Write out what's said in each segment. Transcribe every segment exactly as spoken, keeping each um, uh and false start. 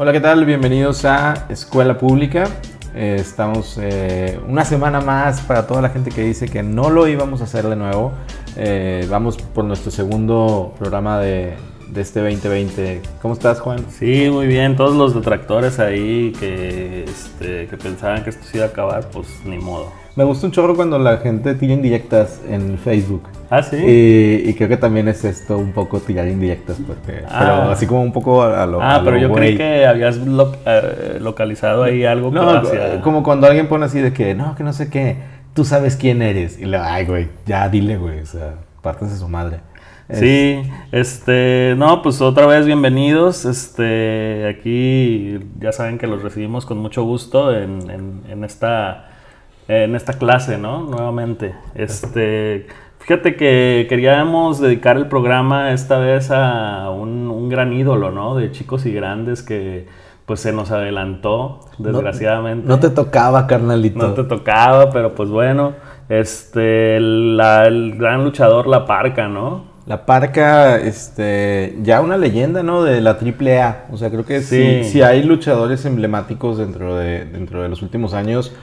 Hola, ¿qué tal? Bienvenidos a Escuela Pública. Eh, estamos eh, una semana más para toda la gente que dice que no lo íbamos a hacer de nuevo. Eh, vamos por nuestro segundo programa de, de este veinte veinte. ¿Cómo estás, Juan? Sí, muy bien. Todos los detractores ahí que, este, que pensaban que esto se iba a acabar, pues ni modo. Me gusta un chorro cuando la gente tira indirectas en Facebook. Ah, sí. Y, y creo que también es esto un poco tirar indirectas, porque, ah. pero así como un poco a, a lo. Ah, a pero lo yo güey. creí que habías lo, eh, localizado ahí algo. No, hacia... como cuando alguien pone así de que, no, que no sé qué, tú sabes quién eres. Y le, ay, güey, ya dile, güey, o sea, partes de su madre. Sí, este, no, pues otra vez bienvenidos, este, aquí ya saben que los recibimos con mucho gusto en, en, en esta, en esta clase, ¿no? Nuevamente, este, fíjate que queríamos dedicar el programa esta vez a un, un gran ídolo, ¿no? De chicos y grandes que pues se nos adelantó, desgraciadamente. No, no te tocaba, carnalito. No te tocaba, pero pues bueno, este, la, el gran luchador La Parka, ¿no? La Parka, este, ya una leyenda, ¿no? De la triple A. O sea, creo que sí, Sí. sí hay luchadores emblemáticos dentro de, dentro de los últimos años.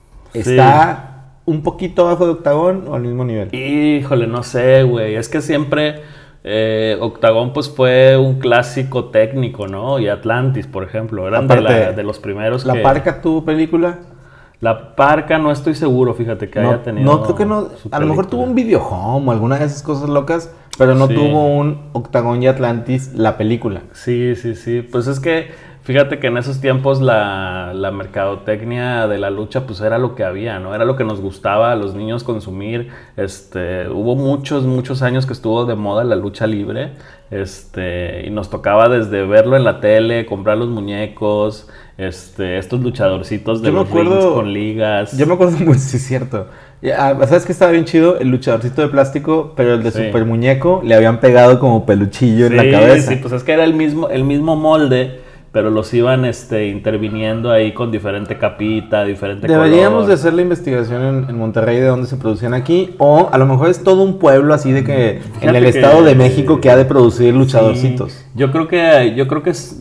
¿Está sí. un poquito abajo de Octagón o al mismo nivel? Híjole, no sé, güey. Es que siempre eh, Octagón pues fue un clásico técnico, ¿no? Y Atlantis, por ejemplo, eran Aparte, de, la, de los primeros ¿La que... Parka tuvo película? La Parka no estoy seguro, fíjate, que no, haya tenido. No, creo que no. A lo mejor tuvo un videohome o alguna de esas cosas locas, pero no sí. tuvo un Octagón y Atlantis, la película. Sí, sí, sí. Pues es que, fíjate que en esos tiempos la, la mercadotecnia de la lucha, pues era lo que había, ¿no? Era lo que nos gustaba a los niños consumir. Este, hubo muchos, muchos años que estuvo de moda la lucha libre. Este, y nos tocaba desde verlo en la tele, comprar los muñecos, este, estos luchadorcitos de yo los me acuerdo, rings con ligas. Yo me acuerdo muy, sí es cierto. ¿Sabes que estaba bien chido? El luchadorcito de plástico, pero el de sí. super muñeco le habían pegado como peluchillo sí, en la cabeza. Sí, pues es que era el mismo, el mismo molde, pero los iban este, interviniendo ahí con diferente capita, diferente Deberíamos color. de hacer la investigación en, en Monterrey de dónde se producían aquí, o a lo mejor es todo un pueblo así de que Fíjate en el que, Estado de México que ha de producir luchadorcitos. Sí, yo creo que, yo creo que es,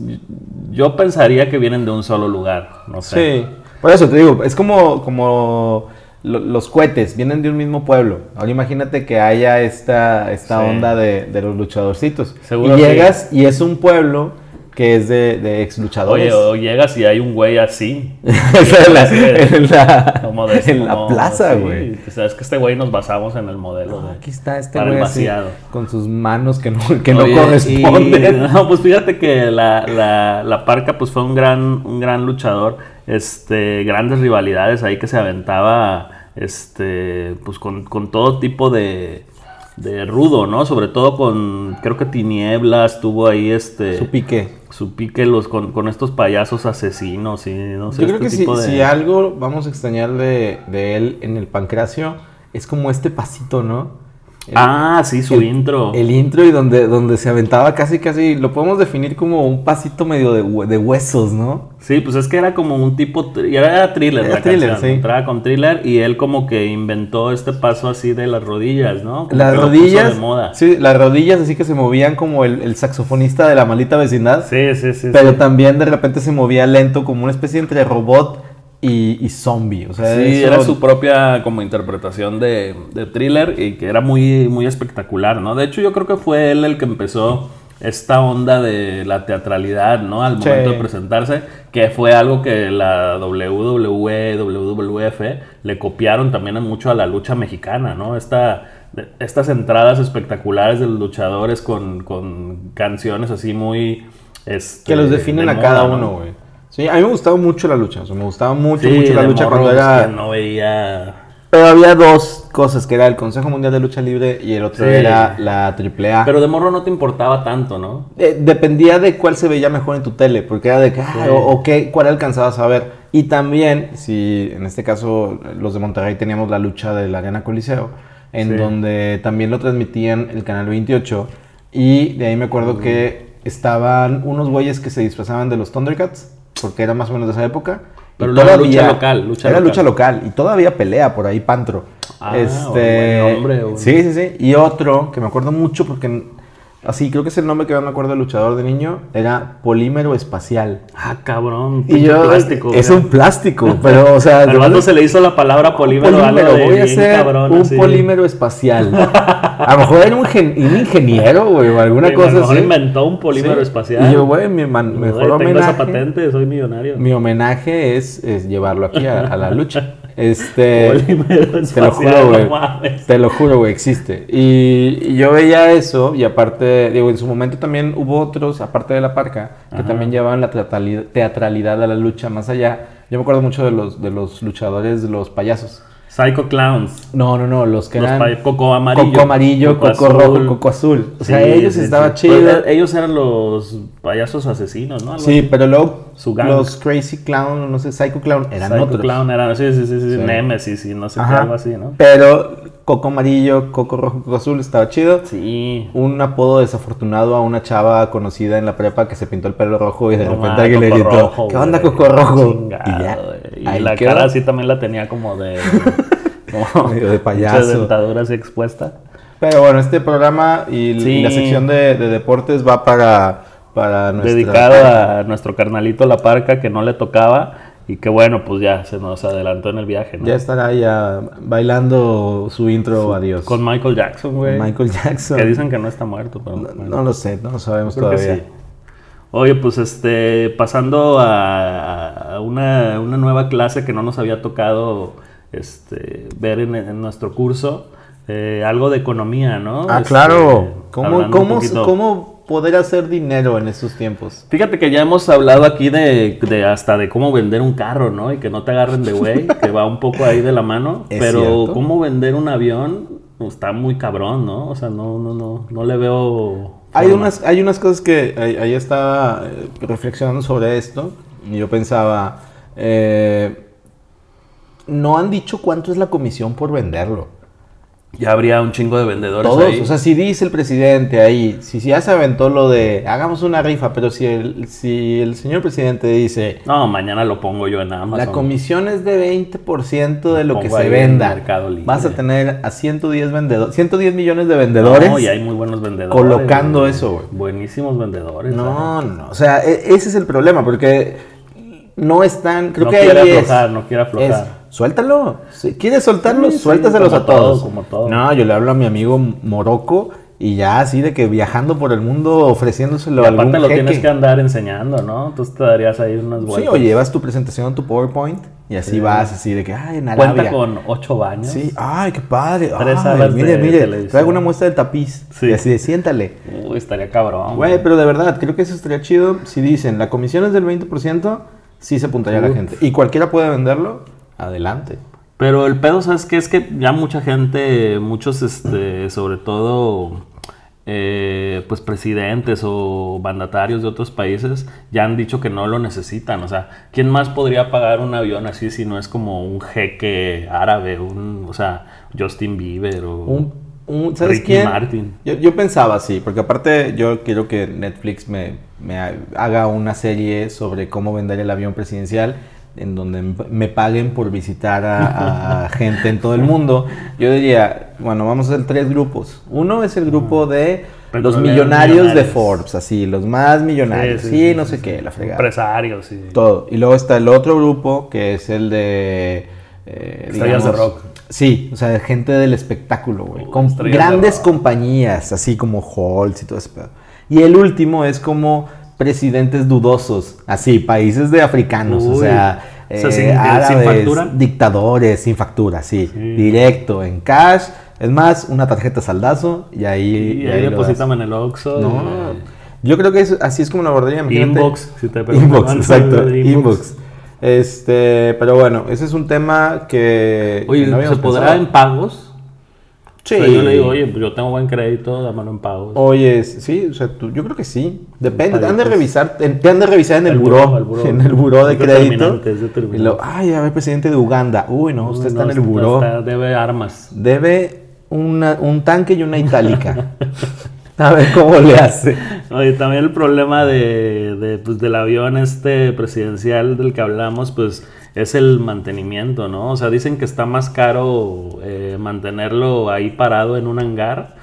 yo pensaría que vienen de un solo lugar, no sé. Sí, por eso te digo, es como, como lo, los cohetes, vienen de un mismo pueblo. Ahora imagínate que haya esta, esta sí. onda de, de los luchadorcitos. Seguro y llegas sí. y es un pueblo que es de, de ex luchadores. Oye, o llegas y hay un güey así. en la, en la, como de, en la como, plaza, sí, güey. Sabes que este güey nos basamos en el modelo. No, de, aquí está este güey así, con sus manos que no, que Oye, no corresponden. Y, no, pues fíjate que la, la, la Parka pues fue un gran, un gran luchador. Este, grandes rivalidades ahí que se aventaba este, pues con, con todo tipo de... de rudo, ¿no? Sobre todo con, creo que Tinieblas tuvo ahí este... Su pique. Su pique los, con, con estos payasos asesinos y no sé. Yo creo este que tipo si, de... si algo vamos a extrañar de, de él en el Pancracio, es como este pasito, ¿no? El, ah, sí, su el, intro. El intro y donde, donde se aventaba casi, casi, lo podemos definir como un pasito medio de, de huesos, ¿no? Sí, pues es que era como un tipo, y era thriller era la thriller, canción, sí. entraba con thriller y él como que inventó este paso así de las rodillas, ¿no? Como las que rodillas, lo puso de moda. Sí, las rodillas así que se movían como el, el saxofonista de La Maldita Vecindad. Sí, sí, sí. Pero sí. también de repente se movía lento como una especie entre robot y, y zombie, o sea, sí, eso... era su propia como interpretación de, de thriller y que era muy, muy espectacular, ¿no? De hecho, yo creo que fue él el que empezó esta onda de la teatralidad, ¿no? Al momento sí. de presentarse, que fue algo que la doble u doble e, doble u doble u efe le copiaron también mucho a la lucha mexicana, ¿no? Esta, estas entradas espectaculares de los luchadores con, con canciones así muy... Este, que los definen de a moda, cada ¿no? uno, güey. Sí, a mí me gustaba mucho la lucha, o sea, me gustaba mucho, sí, mucho la lucha morro, cuando era... que no veía... Pero había dos cosas, que era el Consejo Mundial de Lucha Libre y el otro sí. era la triple A. Pero de morro no te importaba tanto, ¿no? Eh, dependía de cuál se veía mejor en tu tele, porque era de que, ah, sí. o, o qué, cuál alcanzabas a ver. Y también, si en este caso los de Monterrey teníamos la lucha de la Arena Coliseo, en sí. donde también lo transmitían el Canal veintiocho, y de ahí me acuerdo mm. que estaban unos güeyes que se disfrazaban de los Thundercats, porque era más o menos de esa época. Pero era lucha local, lucha era local. lucha local y todavía pelea por ahí Pantro. Ah, este, buen nombre, buen. Sí, sí, sí. Y otro que me acuerdo mucho porque Así, creo que es el nombre que más me acuerdo del luchador de niño. Era polímero espacial. Ah, cabrón. Y yo, plástico. Es un plástico, pero, o sea... Al vato se le hizo la palabra polímero. polímero Algo de voy a bien hacer cabrón, un así. polímero espacial. A lo mejor era un, gen, un ingeniero, güey, o alguna Sí, cosa a lo mejor así. inventó un polímero Sí. espacial. Y yo, güey, mi man, mejor Tengo homenaje... esa patente, soy millonario. Mi homenaje es, es llevarlo aquí a, a la lucha. Este... Polímero Te lo juro, espacial, güey. no mames. Te lo juro, güey, existe. Y, y yo veía eso, y aparte, digo, en su momento también hubo otros, aparte de la Parca, que Ajá. también llevaban la teatralidad, teatralidad a la lucha más allá. Yo me acuerdo mucho de los, de los luchadores, de los payasos. Psycho Clowns. No, no, no, los que Los eran pa- Coco amarillo. Coco amarillo, Coco, Coco rojo, azul. Coco azul. O sea, Sí, ellos sí, estaban sí. chidos. Pues, ellos eran los payasos asesinos, ¿no? Algo Sí, así. pero luego Su gang. los Crazy Clown, no sé, Psycho Clown, eran Psycho otros. Clown era, sí, sí, sí, sí, Sí. Nemesis y no sé qué, Ajá. algo así, ¿no? Pero Coco amarillo, Coco rojo, Coco azul estaba chido. Sí. Un apodo desafortunado a una chava conocida en la prepa que se pintó el pelo rojo y de No repente mames, alguien le Coco gritó, Rojo, ¿qué onda güey. Coco Rojo? Chingado, y ya, güey. Y ahí la quedó. cara así también la tenía como de... como Medio de mucha payaso. dentadura así expuesta. Pero bueno, este programa y, Sí. y la sección de, de deportes va para, para nuestra... Dedicado a nuestro carnalito La Parca, que no le tocaba. Y que bueno, pues ya se nos adelantó en el viaje, ¿no? Ya estará ya bailando su intro Adiós. Con Michael Jackson, güey. Michael Jackson. Que dicen que no está muerto, pero... No, bueno. no lo sé, no lo sabemos Creo que todavía. sí. Oye, pues este, pasando a, a una, una nueva clase que no nos había tocado este, ver en, en nuestro curso, eh, algo de economía, ¿no? Ah, Este, claro. ¿Cómo, hablando un cómo, poquito. ¿Cómo poder hacer dinero en estos tiempos? Fíjate que ya hemos hablado aquí de, de hasta de cómo vender un carro, ¿no? Y que no te agarren de güey, que va un poco ahí de la mano. Es pero cierto. cómo vender un avión pues, está muy cabrón, ¿no? O sea, no, no, no, no le veo... Hay forma. unas, hay unas cosas que ahí, ahí estaba eh, reflexionando sobre esto y yo pensaba, eh, no han dicho cuánto es la comisión por venderlo. Ya habría un chingo de vendedores Todos, ahí. o sea, si dice el presidente ahí, si, si ya se aventó lo de hagamos una rifa, pero si el, si el señor presidente dice No, mañana lo pongo yo en Amazon. la comisión es de veinte por ciento de lo que Pongo se ahí en venda, Mercado Libre. vas a tener a ciento diez vendedores, ciento diez millones de vendedores. No, y hay muy buenos vendedores. colocando güey. eso, güey. Buenísimos vendedores. No, no, o sea, e- ese es el problema, porque no están, creo no que quiere ahí aflojar, es, no quiere aflojar. es, suéltalo, si quieres soltarlo, Sí, sí, suéltaselos como a todos. todo, como todo. No, yo le hablo a mi amigo Morocco y ya así de que viajando por el mundo ofreciéndoselo Y a algún aparte lo jeque. tienes que andar enseñando, ¿no? Entonces te darías ahí unas Sí, vueltas. o llevas tu presentación, tu PowerPoint y así Sí. vas así de que, ay, en Cuenta Arabia. con ocho baños. Sí, ay, qué padre. Tres Ay, salas mire, de mire, televisión. traigo una muestra de tapiz. Sí. Y así de, siéntale. Uy, estaría cabrón. Güey, pero de verdad, creo que eso estaría chido. Si dicen, la comisión es del veinte por ciento, sí se apuntaría a la Uf. gente. Y cualquiera puede venderlo, adelante. Pero el pedo, ¿sabes qué? Es que ya mucha gente, muchos, este, sobre todo, eh, pues presidentes o mandatarios de otros países, ya han dicho que no lo necesitan. O sea, ¿quién más podría pagar un avión así si no es como un jeque árabe, un, o sea, Justin Bieber o Un, un- ¿Sabes Ricky quién? Martin? Yo, yo pensaba así, porque aparte yo quiero que Netflix me, me ha- haga una serie sobre cómo vender el avión presidencial, en donde m- me paguen por visitar a, a gente en todo el mundo. Yo diría, bueno, vamos a hacer tres grupos. Uno es el grupo de los Petroleros millonarios de millonarios. Forbes, así, los más millonarios, sí, Sí, sí, sí, no sí, sé sí, qué, sí. la fregada. Empresarios y Todo. Y luego está el otro grupo, que es el de... eh, Estrellas de rock. Sí, o sea, gente del espectáculo, güey. Uh, Con estrellas de grandes rock. compañías, así como Halls y todo ese pedo. Y el último es como presidentes dudosos, así, países de africanos, o Uy. sea, O sea, eh, sin- sin árabes, factura. dictadores, sin factura, sí. Sí. Directo, en cash. Es más, una tarjeta saldazo y ahí... Y ahí lo deposítame en el Oxxo. das. No, yo creo que es- así es como lo abordaría. imagínate. Inbox, si te Inbox, preguntan, exacto, de inbox. Este, pero bueno, ese es un tema que... Oye, que no ¿se habíamos podrá pensado. en pagos? Sí. O sea, yo le digo, oye, pues yo tengo buen crédito, dámelo en pagos. Oye, sí, o sea, tú- yo creo que sí. Depende, te han de Paguitos. revisar, te, te han de revisar en el, El buró, buró, el buró. en el buró de Es crédito. determinante, es determinante. Y luego, ay, a ver, presidente de Uganda. Uy, no, usted Uy, está no, en el buró. está- debe armas. Debe una, un tanque y una itálica. A ver cómo le hace. Oye, también el problema de, de, pues, del avión este presidencial del que hablamos, pues es el mantenimiento, ¿no? O sea, dicen que está más caro eh, mantenerlo ahí parado en un hangar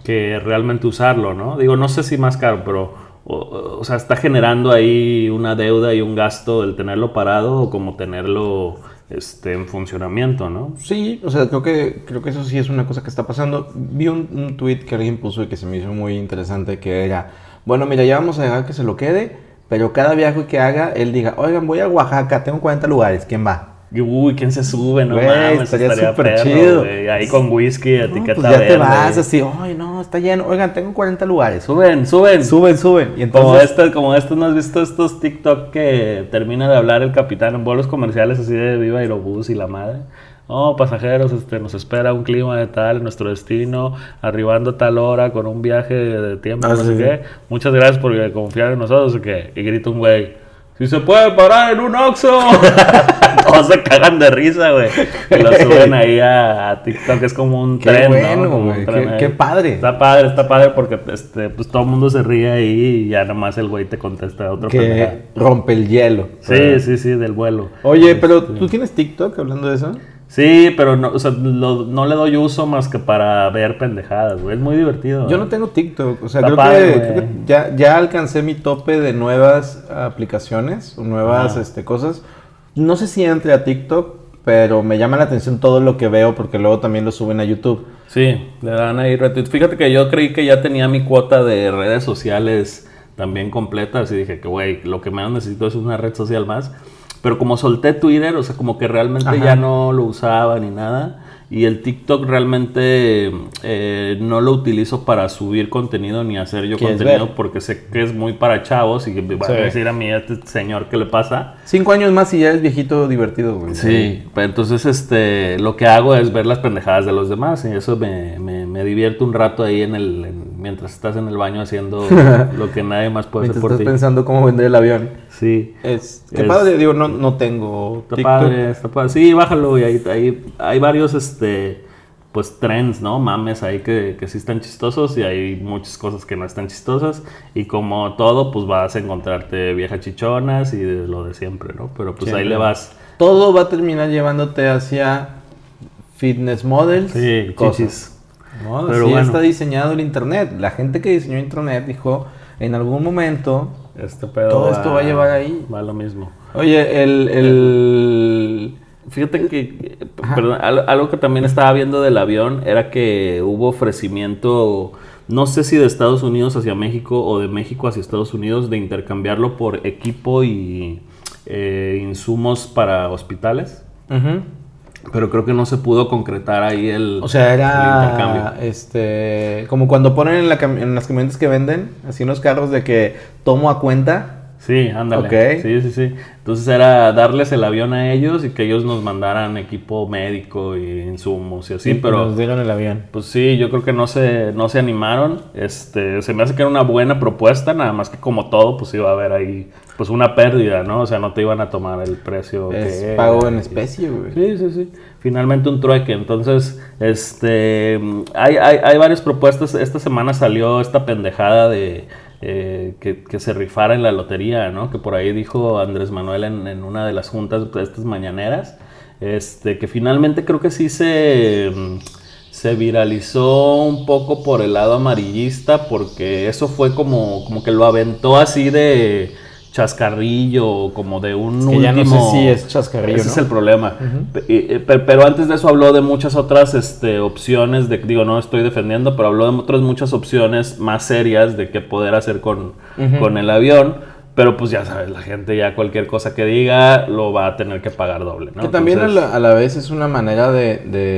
que realmente usarlo, ¿no? Digo, no sé si más caro, pero, o, o sea, está generando ahí una deuda y un gasto el tenerlo parado o como tenerlo este, en funcionamiento, ¿no? Sí, o sea, creo que, creo que eso sí es una cosa que está pasando. Vi un, un tweet que alguien puso y que se me hizo muy interesante, que era, bueno, mira, ya vamos a dejar que se lo quede, pero cada viaje que haga, él diga, oigan, voy a Oaxaca, tengo cuarenta lugares, ¿quién va? Y, uy, ¿quién se sube? No Güey, mames, estaría estaría súper perro, chido. güey. Ahí con whisky, etiqueta No, pues ya verde. te vas así, ay, no, está lleno, oigan, tengo cuarenta lugares. Suben, suben. Suben, suben. Y Como entonces, este, como estos, ¿no has visto estos TikTok que termina de hablar el capitán en vuelos comerciales así de Viva Aerobús y la madre? Oh, pasajeros, este, nos espera un clima de tal en nuestro destino, arribando a tal hora con un viaje de tiempo, Ah, no sí, sé sí. qué. Muchas gracias por confiar en nosotros, ¿o qué? Y grita un güey, ¡si se puede parar en un Oxxo! Todos se cagan de risa, güey. Y lo suben ahí a, a TikTok, es como un qué tren, bueno, ¿no? Como un güey, tren qué, ahí. qué padre. Está padre, está padre porque este, pues todo el mundo se ríe ahí y ya nomás el güey te contesta otro pendejada. Que rompe el hielo. Sí, sí, sí, del vuelo. Oye, pero ¿tú tienes TikTok hablando de eso? Sí, pero no, o sea, lo- no le doy uso más que para ver pendejadas, güey. Es muy divertido. Yo no tengo TikTok, o sea, Está creo, padre, que, güey. creo que ya, ya alcancé mi tope de nuevas aplicaciones, o nuevas Ajá. este, cosas. No sé si entre a TikTok, pero me llama la atención todo lo que veo porque luego también lo suben a YouTube. Sí, le dan ahí retweet. Fíjate que yo creí que ya tenía mi cuota de redes sociales también completas y dije que, güey, lo que menos necesito es una red social más. Pero como solté Twitter, o sea, como que realmente Ajá. ya no lo usaba ni nada. Y el TikTok realmente eh, no lo utilizo para subir contenido ni hacer yo ¿Quieres contenido ver? porque sé que es muy para chavos y que me van Sí. a decir a mí, a este señor, ¿qué le pasa? Cinco años más y ya eres viejito divertido, güey. Sí, pero entonces este, lo que hago es ver las pendejadas de los demás y eso me, me, me divierte un rato ahí en el, en- mientras estás en el baño haciendo lo que nadie más puede Mientras hacer por estás ti. pensando cómo vender el avión. Sí. Es, qué Es- padre, digo, no, no tengo Está TikTok. padre, está padre. Sí, bájalo y ahí, ahí hay varios este pues trends, ¿no? Mames ahí que, que sí están chistosos y hay muchas cosas que no están chistosas y como todo pues vas a encontrarte viejas chichonas y de lo de siempre, ¿no? Pero pues Siempre. ahí le vas. Todo va a terminar llevándote hacia fitness models. Sí, cosas. chichis. ¿No? Pero Así bueno. está diseñado el internet. La gente que diseñó internet dijo, en algún momento, Este pedo todo esto va a llevar ahí. Va a lo mismo. Oye, el... el... Fíjate que, Ajá. perdón, al- algo que también estaba viendo del avión era que hubo ofrecimiento, no sé si de Estados Unidos hacia México o de México hacia Estados Unidos, de intercambiarlo por equipo y eh, insumos para hospitales, Ujú. pero creo que no se pudo concretar ahí el, O sea, el era intercambio. este como cuando ponen en, la cam- en las camionetas que venden, así en los carros de que tomo a cuenta. Sí, ándale. Ok. Sí, sí, sí. Entonces era darles el avión a ellos y que ellos nos mandaran equipo médico y insumos y así, pero... nos dieron el avión. Pues sí, yo creo que no se, no se animaron. Este, se me hace que era una buena propuesta, nada más que como todo, pues iba a haber ahí pues una pérdida, ¿no? O sea, no te iban a tomar el precio Es que pago era. en especie, güey. Sí, sí, sí. Finalmente un trueque. Entonces, este, hay, hay, hay varias propuestas. Esta semana salió esta pendejada de eh, que, que se rifara en la lotería, ¿no? Que por ahí dijo Andrés Manuel en, en una de las juntas de estas mañaneras. Este, que finalmente creo que sí se, se viralizó un poco por el lado amarillista, porque eso fue como, como que lo aventó así de chascarrillo, como de un Es que último... ya no sé si es chascarrillo, Ese ¿no? es el problema. Pe- eh, pe- Pero antes de eso habló de muchas otras este, opciones, de, digo, no estoy defendiendo, pero habló de otras muchas opciones más serias de qué poder hacer con, con el avión. Pero pues ya sabes, la gente ya cualquier cosa que diga lo va a tener que pagar doble, ¿no? Que también Entonces, a, la, a la vez es una manera de,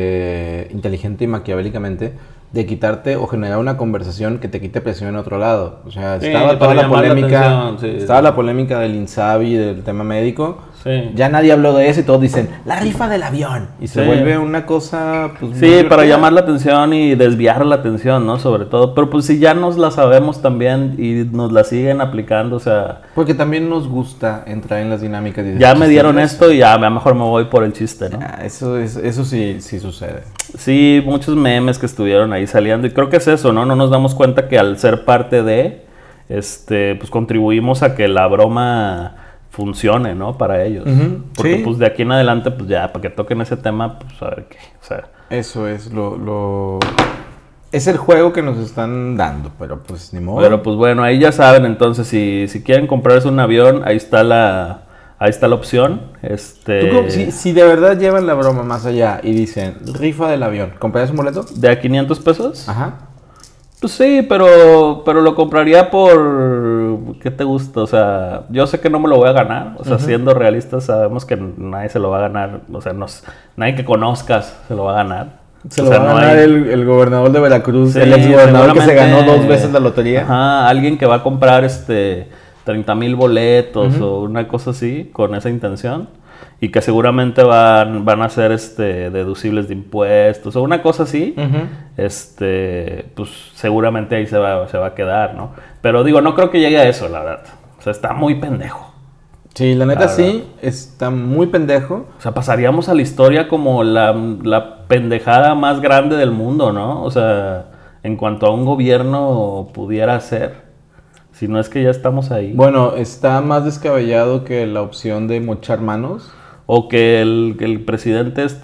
de inteligente y maquiavélicamente de quitarte o generar una conversación que te quite presión en otro lado. O sea, Sí, estaba para toda la llamar la polémica, atención, sí. estaba la polémica del INSABI, del tema médico. Sí. Ya nadie habló de eso y todos dicen, la rifa del avión. Y se Sí. vuelve una cosa, pues, muy Sí, para divertida. llamar la atención y desviar la atención, ¿no? Sobre todo. Pero pues si ya nos la sabemos también y nos la siguen aplicando, o sea... Porque también nos gusta entrar en las dinámicas. Y Ya me chistes dieron de eso. esto y ya a lo mejor me voy por el chiste, ¿no? Ah, eso, es, eso sí, sí sucede. Sí, muchos memes que estuvieron ahí saliendo y creo que es eso, ¿no? No nos damos cuenta que al ser parte de, este, pues contribuimos a que la broma funcione, ¿no? Para ellos. Ujú, Porque sí. pues de aquí en adelante, pues ya, para que toquen ese tema, pues a ver qué, o sea... Eso es lo, lo, es el juego que nos están dando, pero pues ni modo. Pero pues bueno, ahí ya saben, entonces si, si quieren comprarse un avión, ahí está la, ahí está la opción. Este... ¿Tú, si, si de verdad llevan la broma más allá y dicen, rifa del avión, ¿comprarías un boleto? ¿De a quinientos pesos? Ajá. Pues sí, pero, pero lo compraría por... ¿Qué te gusta? O sea, yo sé que no me lo voy a ganar. O sea, uh-huh. siendo realistas, sabemos que nadie se lo va a ganar. O sea, nos, nadie que conozcas se lo va a ganar. Se o lo sea, va a no ganar hay... el, el gobernador de Veracruz, sí, el ex gobernador que se ganó dos veces la lotería. Ajá, alguien que va a comprar este treinta mil boletos uh-huh. o una cosa así, con esa intención. Y que seguramente van, van a ser este, deducibles de impuestos o una cosa así, uh-huh. este, pues seguramente ahí se va, se va a quedar, ¿no? Pero digo, no creo que llegue a eso, la verdad. O sea, está muy pendejo. Sí, la neta la sí, está muy pendejo. O sea, pasaríamos a la historia como la, la pendejada más grande del mundo, ¿no? O sea, en cuanto a un gobierno pudiera ser. Si no es que ya estamos ahí. Bueno, está más descabellado que la opción de mochar manos. O que el, que el presidente este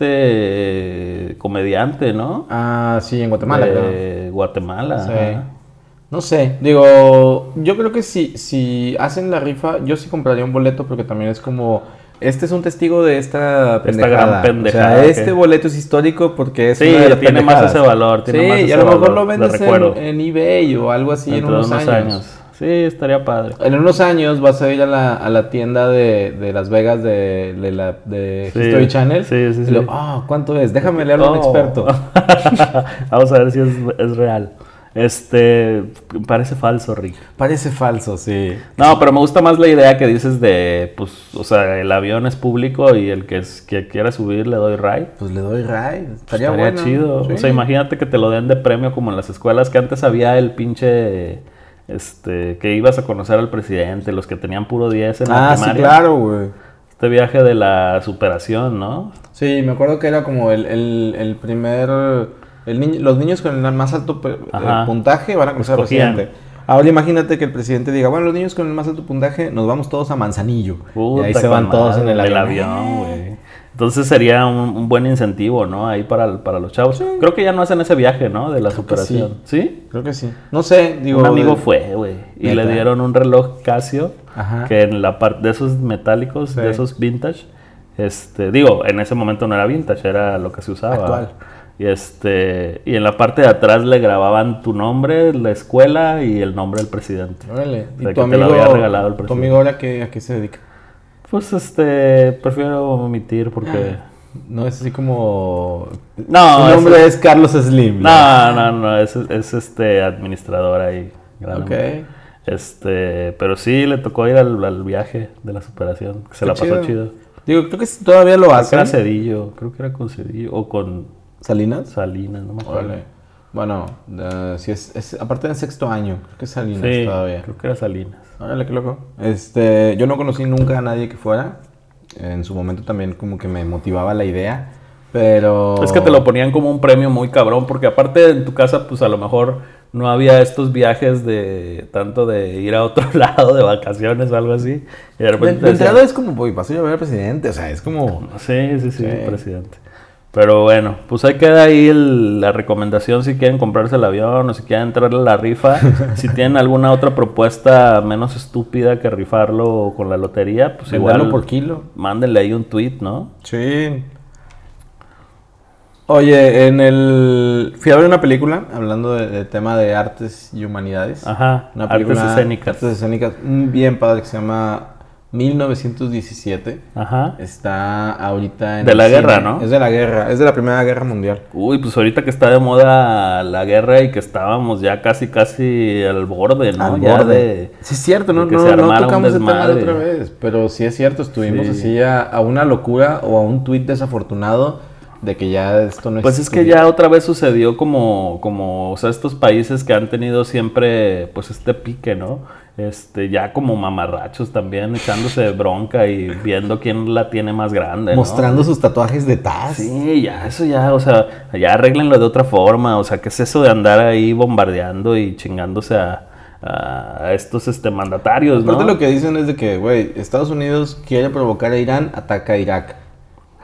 eh, comediante, ¿no? Ah, sí, en Guatemala, de creo. Guatemala. Sí. Ajá. No sé, digo, yo creo que si, si hacen la rifa, yo sí compraría un boleto porque también es como, este es un testigo de esta pendejada. Esta gran pendejada. O sea, este que... boleto es histórico porque es sí, una de las tiene pendejadas. más ese valor. Tiene sí, más ese y a lo mejor valor, lo vendes en, en eBay o algo así en unos, unos años. años. Sí, estaría padre. En unos años vas a ir a la, a la tienda de, de Las Vegas de, de, la, de sí, History Channel. Sí, sí, y sí. lo, oh, ¿cuánto es? Déjame leerlo a oh. un experto. Vamos a ver si es, es real. Este, parece falso, Rick. Parece falso, sí. No, pero me gusta más la idea que dices de, pues, o sea, el avión es público y el que, es, que quiera subir le doy ride. Pues le doy ride, estaría, estaría bueno. chido. Sí. O sea, imagínate que te lo den de premio como en las escuelas, que antes había el pinche, este, que ibas a conocer al presidente, los que tenían puro diez en la ah, primaria. Ah, sí, claro, güey. Este viaje de la superación, ¿no? Sí, me acuerdo que era como el, el, el primer... El niño, los niños con el más alto eh, puntaje van a conocer al presidente. Ahora imagínate que el presidente diga, bueno, los niños con el más alto puntaje nos vamos todos a Manzanillo. Puta, y ahí se van todos en el avión. avión güey. Entonces sería un, un buen incentivo, ¿no? Ahí para, para los chavos. Sí. Creo que ya no hacen ese viaje, ¿no? De la Creo superación. Sí. sí. Creo que sí. No sé, digo... Un amigo de... fue, güey. Y le dieron un reloj Casio. Ajá. Que en la parte de esos metálicos, sí. de esos vintage. Este, digo, en ese momento no era vintage, era lo que se usaba. Actual. Y este y en la parte de atrás le grababan tu nombre, la escuela y el nombre del presidente. Órale. O sea, ¿Y tu que amigo, te lo había regalado el presidente. ¿Tu amigo ahora qué, a qué se dedica? Pues este, prefiero omitir porque... No, es así como... No. Su nombre es, es Carlos Slim. No, no, no, no es, es este administrador ahí. Ok. Este, pero sí le tocó ir al, al viaje de la superación. Se la pasó chido. chido. Digo, creo que todavía lo hace. Creo que era Cedillo, creo que era con Cedillo o con... ¿Salinas? Salinas, no me acuerdo. Vale. Bueno, uh, si es, es aparte del sexto año, creo que es Salinas sí, todavía. creo que era Salinas. Órale, qué loco. Este, yo no conocí nunca a nadie que fuera. En su momento también como que me motivaba la idea, pero... Es que te lo ponían como un premio muy cabrón, porque aparte en tu casa, pues a lo mejor no había estos viajes de tanto de ir a otro lado de vacaciones o algo así. Y de repente... De, de entrada es como, voy, vas a ir a ver al presidente, o sea, es como... Sí, sí, sí, sí. presidente. Pero bueno, pues ahí queda ahí el, la recomendación si quieren comprarse el avión o si quieren entrarle a la rifa. Si tienen alguna otra propuesta menos estúpida que rifarlo con la lotería, pues Venderlo igual por kilo. Mándenle ahí un tweet, ¿no? Sí. Oye, en el... Fui a ver una película, hablando del de tema de artes y humanidades. Ajá, una película, artes escénicas. Artes escénicas, bien padre, que se llama... mil novecientos diecisiete. Ajá. Está ahorita en de la cine. guerra, ¿no? Es de la guerra, es de la Primera Guerra Mundial. Uy, pues ahorita que está de moda la guerra y que estábamos ya casi casi al borde, ¿no? Al ya borde. De, sí es cierto, no, no, no tocamos el tema de otra vez, pero sí es cierto, estuvimos sí. así a, a una locura o a un tuit desafortunado de que ya esto no es... Pues es que ya otra vez sucedió como, como, o sea, estos países que han tenido siempre, pues este pique, ¿no? Este, ya como mamarrachos también, echándose bronca y viendo quién la tiene más grande, ¿no? Mostrando sus tatuajes de Taz. Sí, ya, eso ya, o sea, ya arréglenlo de otra forma, o sea, ¿qué es eso de andar ahí bombardeando y chingándose a, a estos este, mandatarios, ¿no? Aparte lo que dicen es de que, güey, Estados Unidos quiere provocar a Irán, ataca a Irak.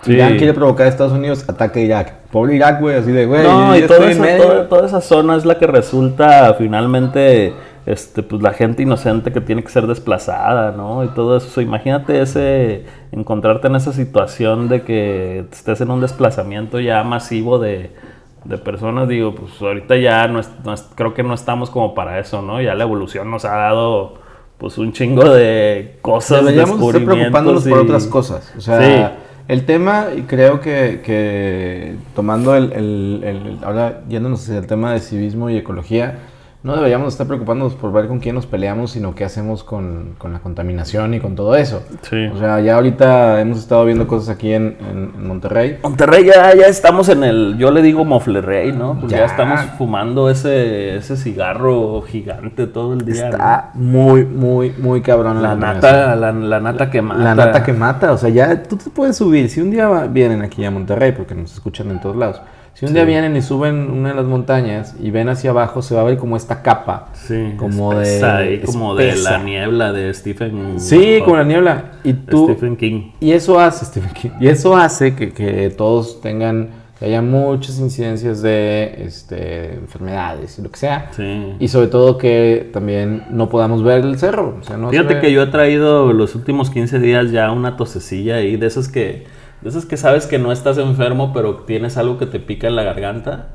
Sí. Irán quiere provocar a Estados Unidos, ataque a Irak. Pobre Irak, güey, así de, güey. No, y toda esa, toda, toda esa zona es la que resulta finalmente, este, pues la gente inocente que tiene que ser desplazada, ¿no? Y todo eso. Imagínate ese, encontrarte en esa situación de que estés en un desplazamiento ya masivo de, de personas. Digo, pues ahorita ya no es, no es, creo que no estamos como para eso, ¿no? Ya la evolución nos ha dado, pues, un chingo de cosas. Deberíamos estar preocupándonos y... por otras cosas. O sea, sí. El tema, y creo que, que tomando el, el, el, ahora yéndonos hacia el tema de civismo y ecología, no deberíamos estar preocupándonos por ver con quién nos peleamos, sino qué hacemos con, con la contaminación y con todo eso. Sí. O sea, ya ahorita hemos estado viendo cosas aquí en, en, en Monterrey. Monterrey ya, ya estamos en el, yo le digo moflerrey, ¿no? Pues ya. ya estamos fumando ese, ese cigarro gigante todo el día. Está ¿no? muy, muy, muy cabrón. La, la nata, la, la nata que mata. La nata que mata, o sea, ya tú te puedes subir. Si un día va, vienen aquí a Monterrey, porque nos escuchan en todos lados. Si un sí. día vienen y suben una de las montañas y ven hacia abajo, se va a ver como esta capa. Sí, como espesa, de. Y como espesa. de la niebla de Stephen. Sí, como la niebla. Y tú, Stephen King. Y eso hace, Stephen King. Y eso hace que, que todos tengan. Que haya muchas incidencias de este, enfermedades y lo que sea. Sí. Y sobre todo que también no podamos ver el cerro. O sea, no Fíjate que yo he traído los últimos quince días ya una tosecilla ahí, de esas que. De esas que sabes que no estás enfermo, pero tienes algo que te pica en la garganta.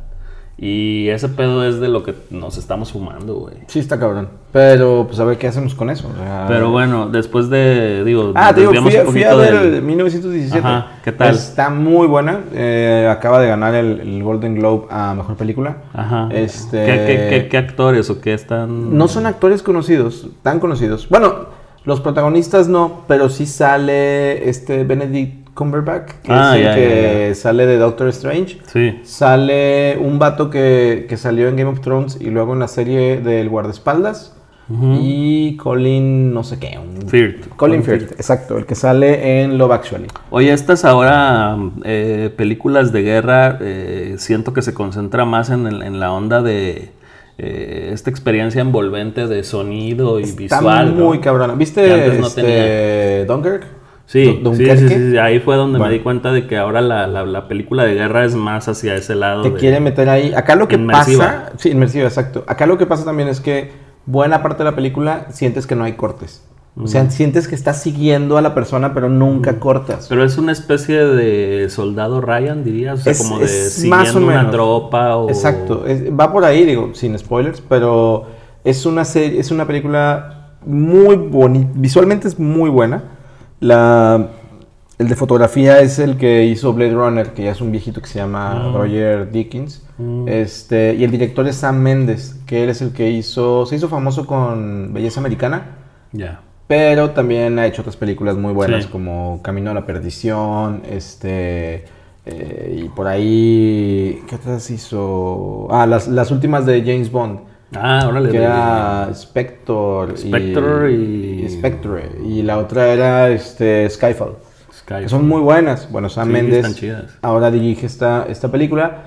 Y ese pedo es de lo que nos estamos fumando, güey. Sí, está cabrón. Pero, pues, a ver qué hacemos con eso. O sea, pero bueno, después de, digo... Ah, te digo, fui, a, fui a ver del... el mil novecientos diecisiete. Ajá, ¿qué tal? Está muy buena. Eh, acaba de ganar el, el Golden Globe a Mejor Película. Ajá. Este... ¿Qué, qué, qué, qué actores o qué están...? No son actores conocidos, tan conocidos. Bueno, los protagonistas no, pero sí sale este Benedict Cumberbatch, que ah, es el ya, que ya, ya. sale de Doctor Strange. Sí. Sale un vato que, que salió en Game of Thrones y luego en la serie del guardaespaldas. Uh-huh. Y Colin, no sé qué. Un... Firth. Colin Firth, exacto, el que sale en Love Actually. Oye, estas ahora eh, películas de guerra, eh, siento que se concentra más en, en la onda de... Eh, esta experiencia envolvente de sonido y Está visual. Está muy ¿no? cabrona. ¿Viste no este, Dunkirk? Sí, sí, sí, sí, ahí fue donde bueno. me di cuenta de que ahora la, la, la película de guerra es más hacia ese lado. Te de, quiere meter ahí. Acá lo que inmersiva. pasa... Sí, inmersiva, exacto. Acá lo que pasa también es que buena parte de la película sientes que no hay cortes. O sea, mm. sientes que estás siguiendo a la persona, pero nunca mm. cortas. Pero es una especie de soldado Ryan, dirías. O sea, es, como de es siguiendo más o menos. una tropa. O... Exacto. Es, va por ahí, digo, sin spoilers, pero es una serie, es una película muy bonita. Visualmente es muy buena. La... El de fotografía es el que hizo Blade Runner, que ya es un viejito que se llama mm. Roger Deakins. Mm. Este, y el director es Sam Mendes, que él es el que hizo... Se hizo famoso con Belleza Americana. Ya. Yeah. Pero también ha hecho otras películas muy buenas, sí. como Camino a la Perdición, este... Eh, y por ahí... ¿Qué otras hizo? Ah, las, las últimas de James Bond. Ah, órale. Que era Spectre. Spectre y... y... Spectre. Y la otra era este, Skyfall. Skyfall. Que son muy buenas. Bueno, Sam sí, Mendes están chidas. Ahora dirige esta, esta película,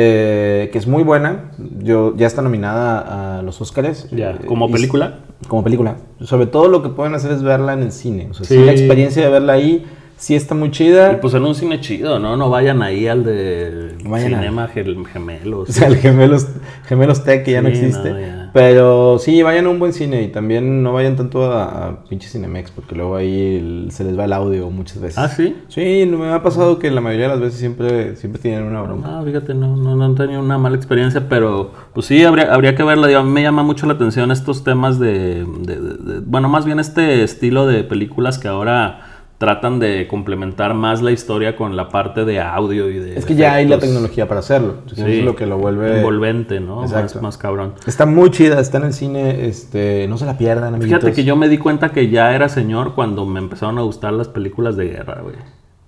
eh, que es muy buena. Yo, ya está nominada a los Óscares. Ya, ¿como eh, película? Como película. Sobre todo lo que pueden hacer es verla en el cine. O sea, sí. sí, la experiencia de verla ahí sí está muy chida. Y pues en un cine chido, ¿no? No vayan ahí al de vayan Cinema a... Gemelos. O sea, el Gemelos, Gemelos Tech, que ya sí, no existe. No, ya. Pero sí, vayan a un buen cine y también no vayan tanto a, a pinche Cinemex, porque luego ahí el, se les va el audio muchas veces. ¿Ah, sí? Sí, me ha pasado que la mayoría de las veces siempre, siempre tienen una broma. Ah, fíjate, no, no, no han tenido una mala experiencia, pero pues sí, habría, habría que verla. A mí me llama mucho la atención estos temas de, de, de, de... Bueno, más bien este estilo de películas que ahora... tratan de complementar más la historia con la parte de audio y de Es que efectos. Ya hay la tecnología para hacerlo. Entonces sí, eso es lo que lo vuelve... envolvente, ¿no? Más, más cabrón. Está muy chida, está en el cine, este, no se la pierdan, amiguitos. Fíjate que yo me di cuenta que ya era señor cuando me empezaron a gustar las películas de guerra, güey.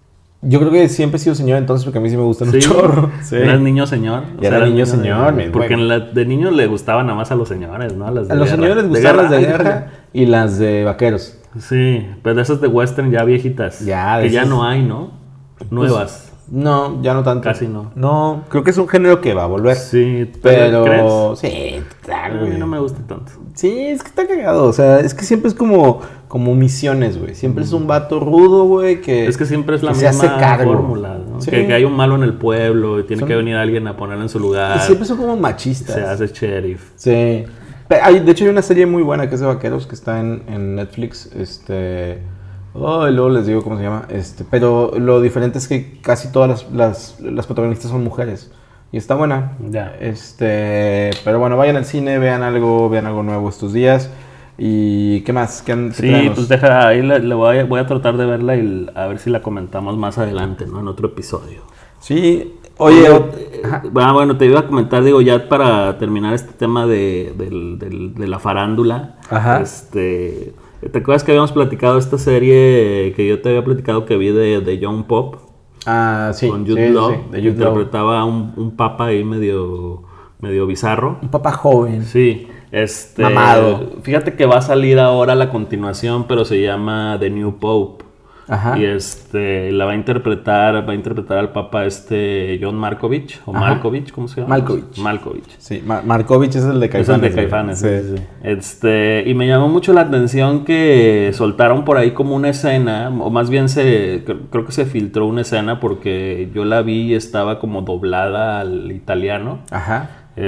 Yo creo que siempre he sido señor entonces, porque a mí sí me gustan sí, un chorro. Sí. Eras niño señor. O sea, era niño señor. De, porque en la, de niño le gustaban nada más a los señores, ¿no? A, las de a los guerra. señores les gustaban las de guerra y las de vaqueros. Sí, pero de esas de western ya viejitas. Ya, que esas... ya no hay, ¿no? Nuevas. No, ya no tanto. Casi no. No, creo que es un género que va a volver. Sí, pero... ¿crees? Sí, total, güey. A mí no me gusta tanto. Sí, es que está cagado. O sea, es que siempre es como, como misiones, güey. Siempre mm. es un vato rudo, güey, que... Es que siempre es la misma fórmula, ¿no? Sí. Que, que hay un malo en el pueblo y tiene son... que venir alguien a ponerlo en su lugar. Y siempre son como machistas. Se hace sheriff. Sí. Hay, de hecho, hay una serie muy buena que es de vaqueros que está en, en Netflix. Este... Oh, y luego les digo cómo se llama. Este, pero lo diferente es que casi todas las, las, las protagonistas son mujeres. Y está buena. Ya. Este, pero bueno, vayan al cine, vean algo, vean algo nuevo estos días. ¿Y qué más? ¿Qué, qué sí, traemos? Pues deja, ahí le, le voy, a, voy a tratar de verla y a ver si la comentamos más adelante, ¿no? En otro episodio. Sí. Oye, Oye eh, bueno, bueno, te iba a comentar, digo, ya para terminar este tema de, de, de, de la farándula. Ajá. Este... ¿Te acuerdas que habíamos platicado esta serie que yo te había platicado que vi de, de Young Pop? Ah, sí. Con Jude sí, Law. Sí, de Jude interpretaba a un, un papa ahí medio, medio bizarro. Un papa joven. Sí. Este, Mamado. Fíjate que va a salir ahora la continuación, pero se llama The New Pope. Ajá. Y este, la va a interpretar, va a interpretar al papa este John Markovich, o Ajá. Malkovich, ¿cómo se llama? Malkovich. Malkovich. Sí, Ma- Markovich es el de Caifanes. Es el de Caifanes, sí. Sí, sí. Este, y me llamó mucho la atención que soltaron por ahí como una escena, o más bien se, creo que se filtró una escena porque yo la vi y estaba como doblada al italiano. Ajá.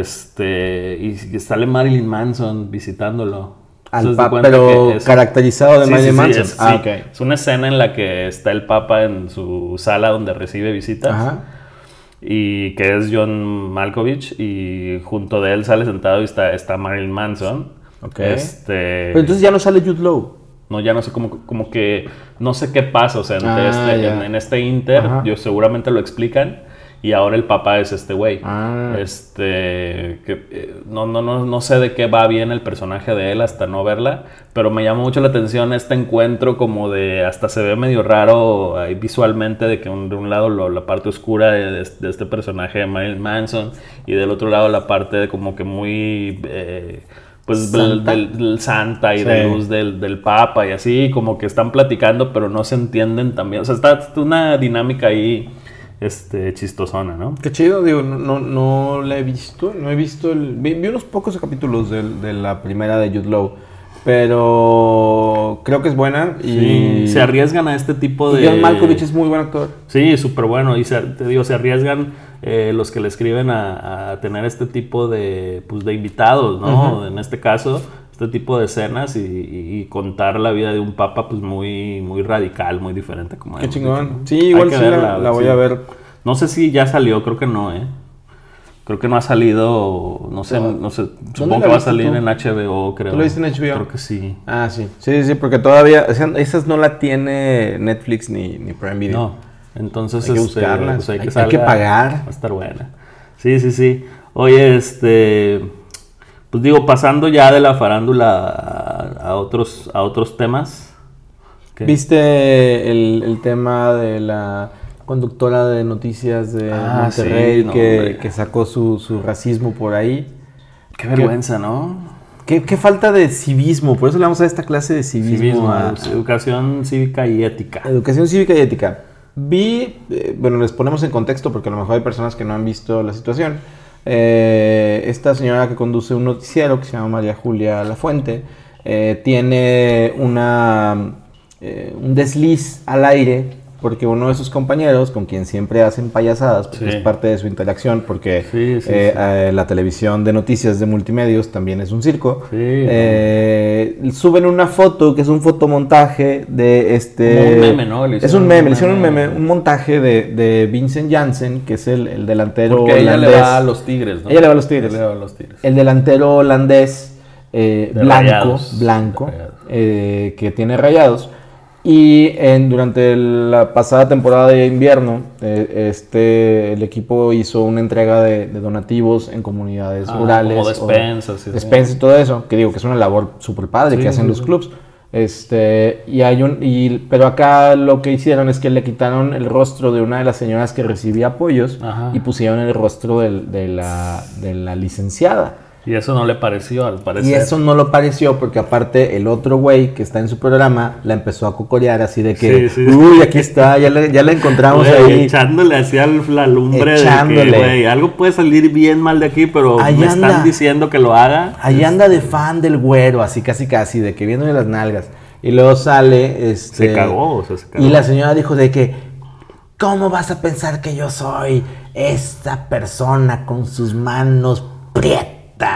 Este, y sale Marilyn Manson visitándolo. Al papa, pero es, caracterizado de sí, Marilyn sí, Manson. Sí, es, ah, sí. Okay. Es una escena en la que está el papa en su sala donde recibe visitas. Ajá. Y que es John Malkovich. Y junto de él sale sentado y está, está Marilyn Manson. Okay. Este, pero entonces ya no sale Jude Law. No, ya no sé, como, como que no sé qué pasa. O sea, ah, este, en, en este inter, Ajá. yo seguramente lo explican. Y ahora el papá es este güey. Ah. Este. Que, eh, no, no, no, no sé de qué va bien el personaje de él hasta no verla. Pero me llama mucho la atención este encuentro, como de. Hasta se ve medio raro ahí visualmente, de que un, de un lado lo, la parte oscura de, de, de este personaje de Marilyn Manson. Y del otro lado la parte de como que muy. Eh, pues Santa, del, del, del Santa y sí. de luz del, del Papa y así. Como que están platicando, pero no se entienden también. O sea, está una dinámica ahí. Este, chistosona, ¿no? Qué chido, digo, no, no, no la he visto, no he visto el... Vi, vi unos pocos capítulos de, de la primera de Jude Law, pero creo que es buena y... Sí, se arriesgan a este tipo de... Y John Malkovich es muy buen actor. Sí, súper bueno, y se, te digo, se arriesgan eh, los que le escriben a, a tener este tipo de, pues, de invitados, ¿no? Uh-huh. En este caso... este tipo de escenas y, y, y contar la vida de un papa pues muy muy radical, muy diferente como Qué chingón. Dicho, ¿no? Sí, igual sí verla, la, la voy sí. a ver. No sé si ya salió, creo que no, ¿eh? Creo que no ha salido, no sé, no, no sé, supongo que va a salir tú? en H B O, creo. ¿Tú lo viste en H B O? Creo que sí. Ah, sí. Sí, sí, porque todavía, o sea, esas no la tiene Netflix ni, ni Prime Video. No, entonces hay que este, buscarlas, pues hay, que, hay, salga, hay que pagar. Va a estar buena. Sí, sí, sí. Oye, este... Pues digo, pasando ya de la farándula a, a otros a otros temas. ¿Qué? ¿Viste el, el tema de la conductora de noticias de ah, Monterrey sí, no, que, que sacó su, su racismo por ahí? Qué vergüenza, ¿no? Qué, qué falta de civismo, por eso le vamos a esta clase de civismo. civismo a, educación cívica y ética. Educación cívica y ética. Vi, eh, bueno, les ponemos en contexto porque a lo mejor hay personas que no han visto la situación. Eh, esta señora que conduce un noticiero que se llama María Julia Lafuente eh, tiene una, eh, un desliz al aire porque uno de sus compañeros, con quien siempre hacen payasadas, porque sí. es parte de su interacción, porque sí, sí, eh, sí. Eh, la televisión de noticias de multimedios también es un circo, sí, eh, no. suben una foto que es un fotomontaje de este... Como un meme, ¿no? Es un meme, le hicieron un meme, un montaje de, de Vincent Janssen, que es el, el delantero porque holandés. ella le va a los Tigres, ¿no? Ella le va a los Tigres. Ella le va a los Tigres. El delantero holandés eh, blanco, rayados, blanco eh, que tiene rayados. Y en, durante la pasada temporada de invierno, eh, este, el equipo hizo una entrega de, de donativos en comunidades ah, rurales. Como despensas. Sí, despensas y todo eso, que digo que es una labor súper padre sí, que hacen sí, los sí. clubs. Este, y hay un, y, pero acá lo que hicieron es que le quitaron el rostro de una de las señoras que recibía apoyos Ajá. y pusieron el rostro del, de, la, de la licenciada. Y eso no le pareció, al parecer. Y eso no lo pareció porque aparte el otro güey que está en su programa la empezó a cocorear así de que, sí, sí. uy, aquí está, ya le, ya le encontramos wey, ahí. Echándole hacia la lumbre echándole. De que, güey, algo puede salir bien mal de aquí, pero ahí me anda, están diciendo que lo haga. Ahí este... anda de fan del güero, así casi casi, de que viéndole las nalgas. Y luego sale, este... Se cagó, o sea, se cagó. Y la señora dijo de que, ¿cómo vas a pensar que yo soy esta persona con sus manos prietas?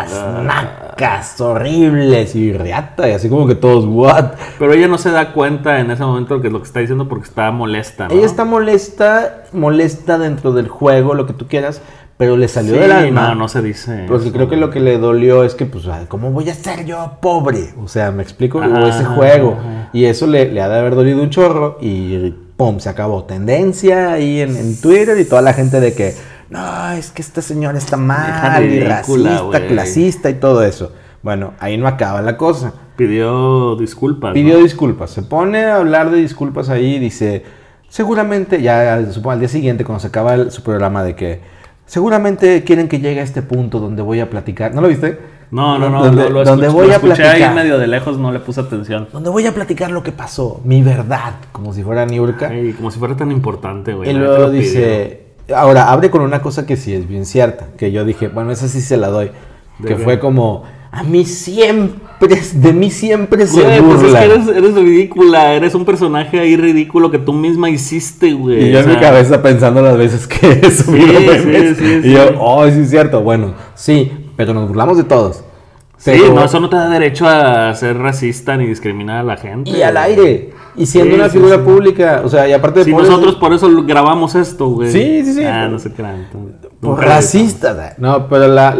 Nacas, horribles y riata, y así como que todos, what? Pero ella no se da cuenta en ese momento que es lo que está diciendo porque está molesta, ¿no? Ella está molesta, molesta dentro del juego, lo que tú quieras, pero le salió sí, del alma. No, no se dice. Porque eso. Creo que lo que le dolió es que, pues, ¿cómo voy a ser yo pobre? O sea, ¿me explico? Ajá, o ese juego. Ajá. Y eso le, le ha de haber dolido un chorro y pum, se acabó. Tendencia ahí en, en Twitter y toda la gente de que no, es que esta señora está mal, y racista, wey. Clasista y todo eso. Bueno, ahí no acaba la cosa. Pidió disculpas. Pidió ¿no? disculpas. Se pone a hablar de disculpas ahí, dice, seguramente, ya supongo al día siguiente cuando se acaba el, su programa de que, seguramente quieren que llegue a este punto donde voy a platicar. ¿No lo viste? No, no, no. Donde, lo, lo donde escuché, voy lo a platicar. ahí medio de lejos, no le puse atención. Donde voy a platicar lo que pasó, mi verdad, como si fuera Niurka. Ay, como si fuera tan importante, güey. Y luego lo dice... Ahora, abre con una cosa que sí es bien cierta, que yo dije, bueno, esa sí se la doy, que fue qué? Como, a mí siempre, de mí siempre se güey, burla. Pues es que eres, eres ridícula, eres un personaje ahí ridículo que tú misma hiciste, güey. Y yo o sea, en mi cabeza pensando las veces que he subido sí, sí, sí, y sí. yo, oh, sí es cierto, bueno, sí, pero nos burlamos de todos. Pero... Sí, no, eso no te da derecho a ser racista ni discriminar a la gente. Y al aire. Y siendo sí, una figura sí, sí. pública, o sea, y aparte de... Sí, nosotros por eso grabamos esto, güey. Sí, sí, sí. Ah, no se crean. Por racista. No, pero la,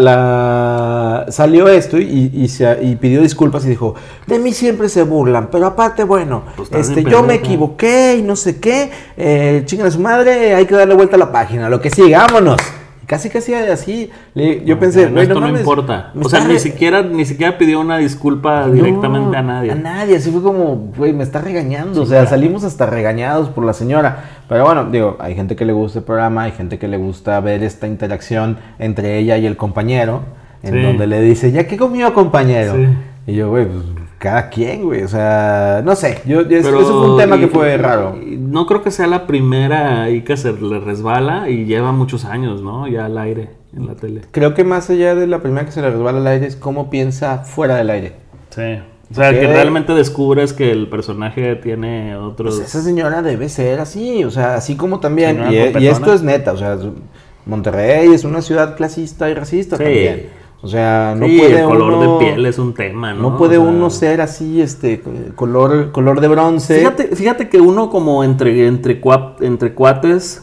la... salió esto y, y, se, y pidió disculpas y dijo, de mí siempre se burlan, pero aparte, bueno, pues este, yo me equivoqué y no sé qué, eh, chingan a su madre, hay que darle vuelta a la página, lo que siga, vámonos. Casi, casi así. Le, yo no, pensé, no, esto no, no importa. O sea, re... ni siquiera ni siquiera pidió una disculpa no, directamente a nadie. A nadie. Así fue como, güey, me está regañando. Sí, o sea, claro. Salimos hasta regañados por la señora. Pero bueno, digo, hay gente que le gusta el programa, hay gente que le gusta ver esta interacción entre ella y el compañero, en sí. donde le dice, ¿ya qué comió, compañero? Sí. Y yo, güey, pues cada quien, güey. O sea, no sé. Yo, yo Pero, eso fue un tema y, que fue raro. No creo que sea la primera ahí que se le resbala y lleva muchos años, ¿no? Ya al aire en la tele. Creo que más allá de la primera que se le resbala al aire es cómo piensa fuera del aire. Sí. O sea, que realmente descubres que el personaje tiene otros... Pues esa señora debe ser así, o sea, así como también. Y, y esto es neta, o sea, Monterrey es una ciudad clasista y racista sí. también. O sea, no sí, puede el color uno, de piel es un tema, ¿no? No puede o sea, uno ser así, este, color, color de bronce. Fíjate, fíjate que uno como entre, entre, cuat, entre cuates,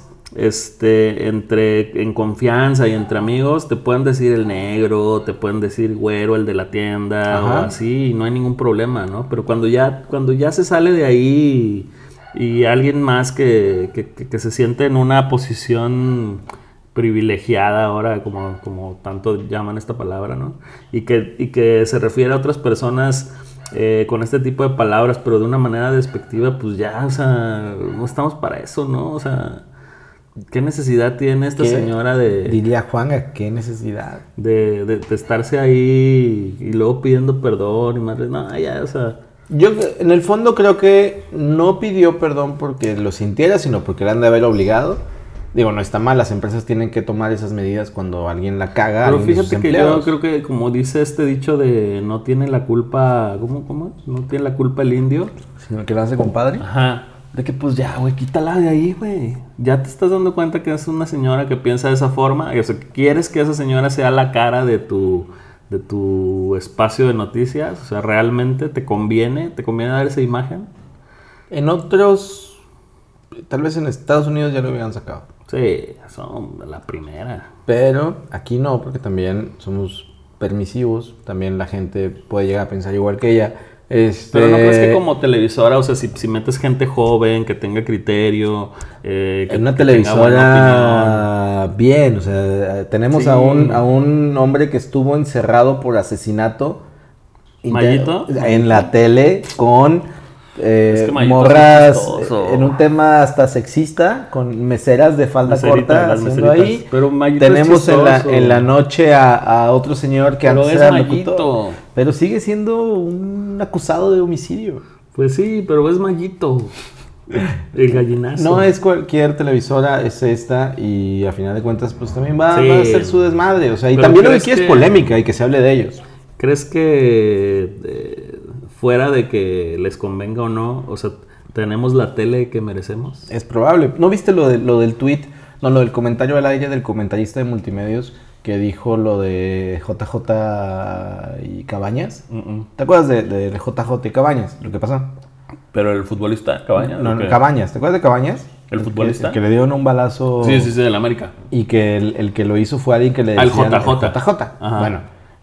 este, entre, en confianza y entre amigos, te pueden decir el negro, te pueden decir güero, el de la tienda, ajá. o así, y no hay ningún problema, ¿no? Pero cuando ya, cuando ya se sale de ahí y, y alguien más que, que, que, que se siente en una posición... privilegiada ahora, como, como tanto llaman esta palabra, ¿no? Y que, y que se refiere a otras personas eh, con este tipo de palabras, pero de una manera despectiva, pues ya, o sea, no estamos para eso, ¿no? O sea, ¿qué necesidad tiene esta señora de... Diría Juanga, ¿qué necesidad? De, de, de estarse ahí y luego pidiendo perdón y madre, no, ya, o sea... Yo en el fondo creo que no pidió perdón porque lo sintiera, sino porque le han de haber obligado. Digo, no está mal, las empresas tienen que tomar esas medidas cuando alguien la caga. Pero fíjate que yo creo que, como dice este dicho de no tiene la culpa, ¿cómo, cómo? No tiene la culpa el indio. Sino que lo hace compadre. Ajá. De que pues ya, güey, quítala de ahí, güey. Ya te estás dando cuenta que es una señora que piensa de esa forma. O sea, quieres que esa señora sea la cara de tu, de tu espacio de noticias. O sea, realmente te conviene, te conviene dar esa imagen. En otros, tal vez en Estados Unidos ya lo hubieran sacado. Sí, son la primera. Pero aquí no, porque también somos permisivos. También la gente puede llegar a pensar igual que ella. Este... Pero ¿no crees que como televisora, o sea, si, si metes gente joven, que tenga criterio... Eh, que, en una que televisora bien, o sea, tenemos sí. a, un, a un hombre que estuvo encerrado por asesinato... ¿Mayito? En la tele con... eh, es que morras es en un tema hasta sexista, con meseras de falda Meserita, corta haciendo ahí. Pero tenemos en la, en la noche a, a otro señor que pero antes es era Mayito. Locutor, pero sigue siendo un acusado de homicidio. Pues sí, pero es Mayito. El gallinazo. No es cualquier televisora, es esta, y a final de cuentas pues también va, sí. va a hacer su desmadre, o sea, y pero también lo que quiere es polémica y que se hable de ellos. ¿Crees que eh, fuera de que les convenga o no, o sea, tenemos la tele que merecemos? Es probable. ¿No viste lo, de, lo del tweet, no, lo del comentario al aire del comentarista de Multimedios que dijo lo de J J y Cabañas? Uh-uh. ¿Te acuerdas de, de J J y Cabañas? Lo que pasó. Pero el futbolista Cabañas. No, no Cabañas. ¿Te acuerdas de Cabañas? ¿El futbolista? El que, el que le dieron un balazo. Sí, sí, sí, del América. Y que el, el que lo hizo fue alguien que le decía. Al J J. J J. Ajá. Bueno,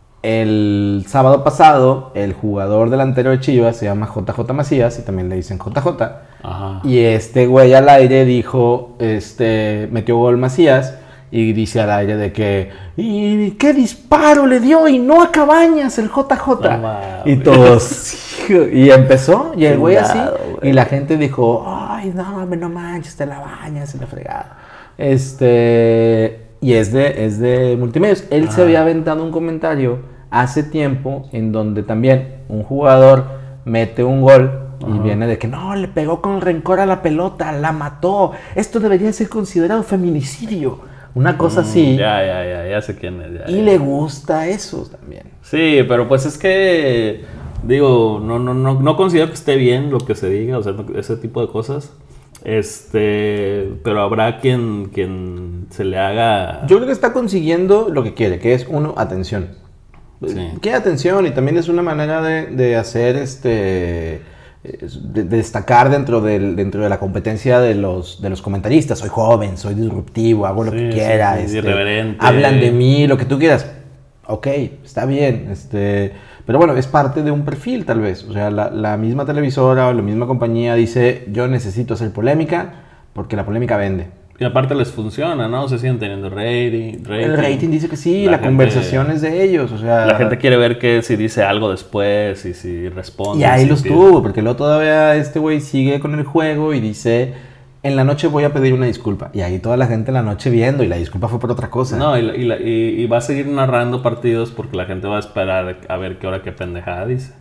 el sábado pasado, el jugador delantero de Chivas se llama J J Macías y también le dicen J J. Ajá. Y este güey al aire dijo, este, metió gol Macías. Y dice al aire de que, ¿y qué disparo le dio? Y no a Cabañas, el J J. No, y todos, y empezó, y el güey así, wey. Y la gente dijo, ay, no, no manches, te la bañas, se la fregada. Este, y es de, es de Multimedios. Él ah. se había aventado un comentario hace tiempo en donde también un jugador mete un gol. Y uh-huh. viene de que no, le pegó con rencor a la pelota, la mató. Esto debería ser considerado feminicidio. Una cosa mm, así. Ya, ya, ya, ya sé quién es. Ya, y ya. le gusta eso también. Sí, pero pues es que, digo, no, no, no, no considero que esté bien lo que se diga, o sea, ese tipo de cosas. Este, pero habrá quien, quien se le haga. Yo creo que está consiguiendo lo que quiere, que es, uno, atención. Sí. Quiere atención y también es una manera de, de hacer este. De, de destacar dentro, del, dentro de la competencia de los, de los comentaristas. Soy joven, soy disruptivo, hago lo sí, que quiera. Sí, este, irreverente. Hablan de mí, lo que tú quieras. Ok, está bien. Este, pero bueno, es parte de un perfil tal vez. O sea, la, la misma televisora o la misma compañía dice, yo necesito hacer polémica porque la polémica vende. Y aparte les funciona, ¿no? Se siguen teniendo rating. rating. El rating dice que sí, la, la gente, conversación es de ellos, o sea... La gente quiere ver que si dice algo después y si responde. Y ahí si los pide. tuvo, porque luego todavía este güey sigue con el juego y dice... En la noche voy a pedir una disculpa. Y ahí toda la gente en la noche viendo y la disculpa fue por otra cosa. No, y, y, y, y va a seguir narrando partidos porque la gente va a esperar a ver qué hora qué pendejada dice.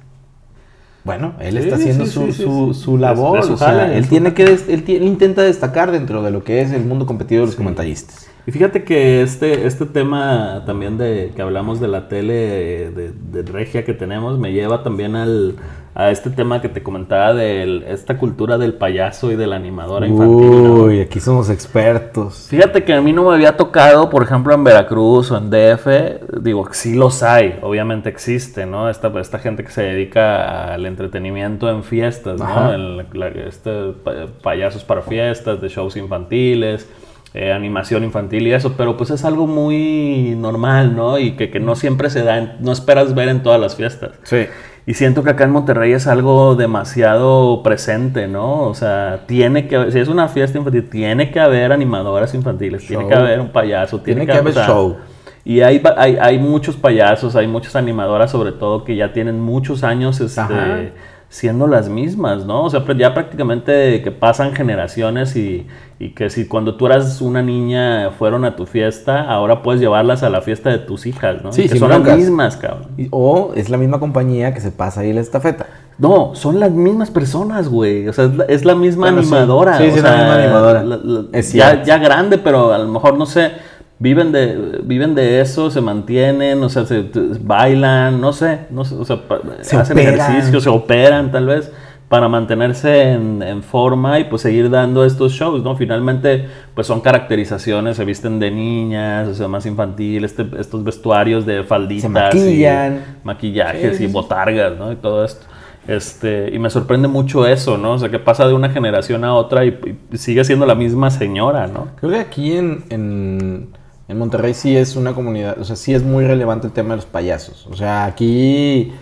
Bueno, él sí, está haciendo sí, su, sí, sí, su, su labor, de, de su o sea, jale, él, tiene que des, él, él intenta destacar dentro de lo que es el mundo competitivo de los sí. comentaristas. Y fíjate que este, este tema también de que hablamos de la tele de, de regia que tenemos me lleva también al, a este tema que te comentaba de esta cultura del payaso y de la animadora infantil. Uy, ¿no? Aquí somos expertos. Fíjate que a mí no me había tocado, por ejemplo, en Veracruz o en D F, digo, sí los hay, obviamente existe, ¿no? Esta, esta gente que se dedica al entretenimiento en fiestas, ¿no? En la, la, este, payasos para fiestas, de shows infantiles... Eh, animación infantil y eso, pero pues es algo muy normal, ¿no? Y que, que no siempre se da, en, no esperas ver en todas las fiestas. Sí. Y siento que acá en Monterrey es algo demasiado presente, ¿no? O sea, tiene que, si es una fiesta infantil, tiene que haber animadoras infantiles, show. Tiene que haber un payaso, tiene, tiene que, que haber o sea, show. Y hay, hay, hay muchos payasos, hay muchas animadoras sobre todo que ya tienen muchos años, este... siendo las mismas, ¿no? O sea, ya prácticamente que pasan generaciones y, y que si cuando tú eras una niña fueron a tu fiesta, ahora puedes llevarlas a la fiesta de tus hijas, ¿no? Sí, que sí, son blancas. Las mismas, cabrón. O es la misma compañía que se pasa ahí la estafeta. No, son las mismas personas, güey. O sea, es la, es la misma bueno, animadora. Sí, sí, o es sea, la misma animadora. La, la, es ya, ya grande, pero a lo mejor, no sé... Viven de, viven de eso, se mantienen, o sea, se, bailan, no sé, no sé, o sea, se hacen operan. ejercicio, se operan tal vez para mantenerse en, en forma y pues seguir dando estos shows, ¿no? Finalmente, pues son caracterizaciones, se visten de niñas, o sea, más infantil, este, estos vestuarios de falditas, se maquillan, y maquillajes sí. y botargas, ¿no? Y todo esto. Este, y me sorprende mucho eso, ¿no? O sea, que pasa de una generación a otra y, y sigue siendo la misma señora, ¿no? Creo que aquí en... en... En Monterrey sí es una comunidad, o sea, sí es muy relevante el tema de los payasos. O sea, aquí...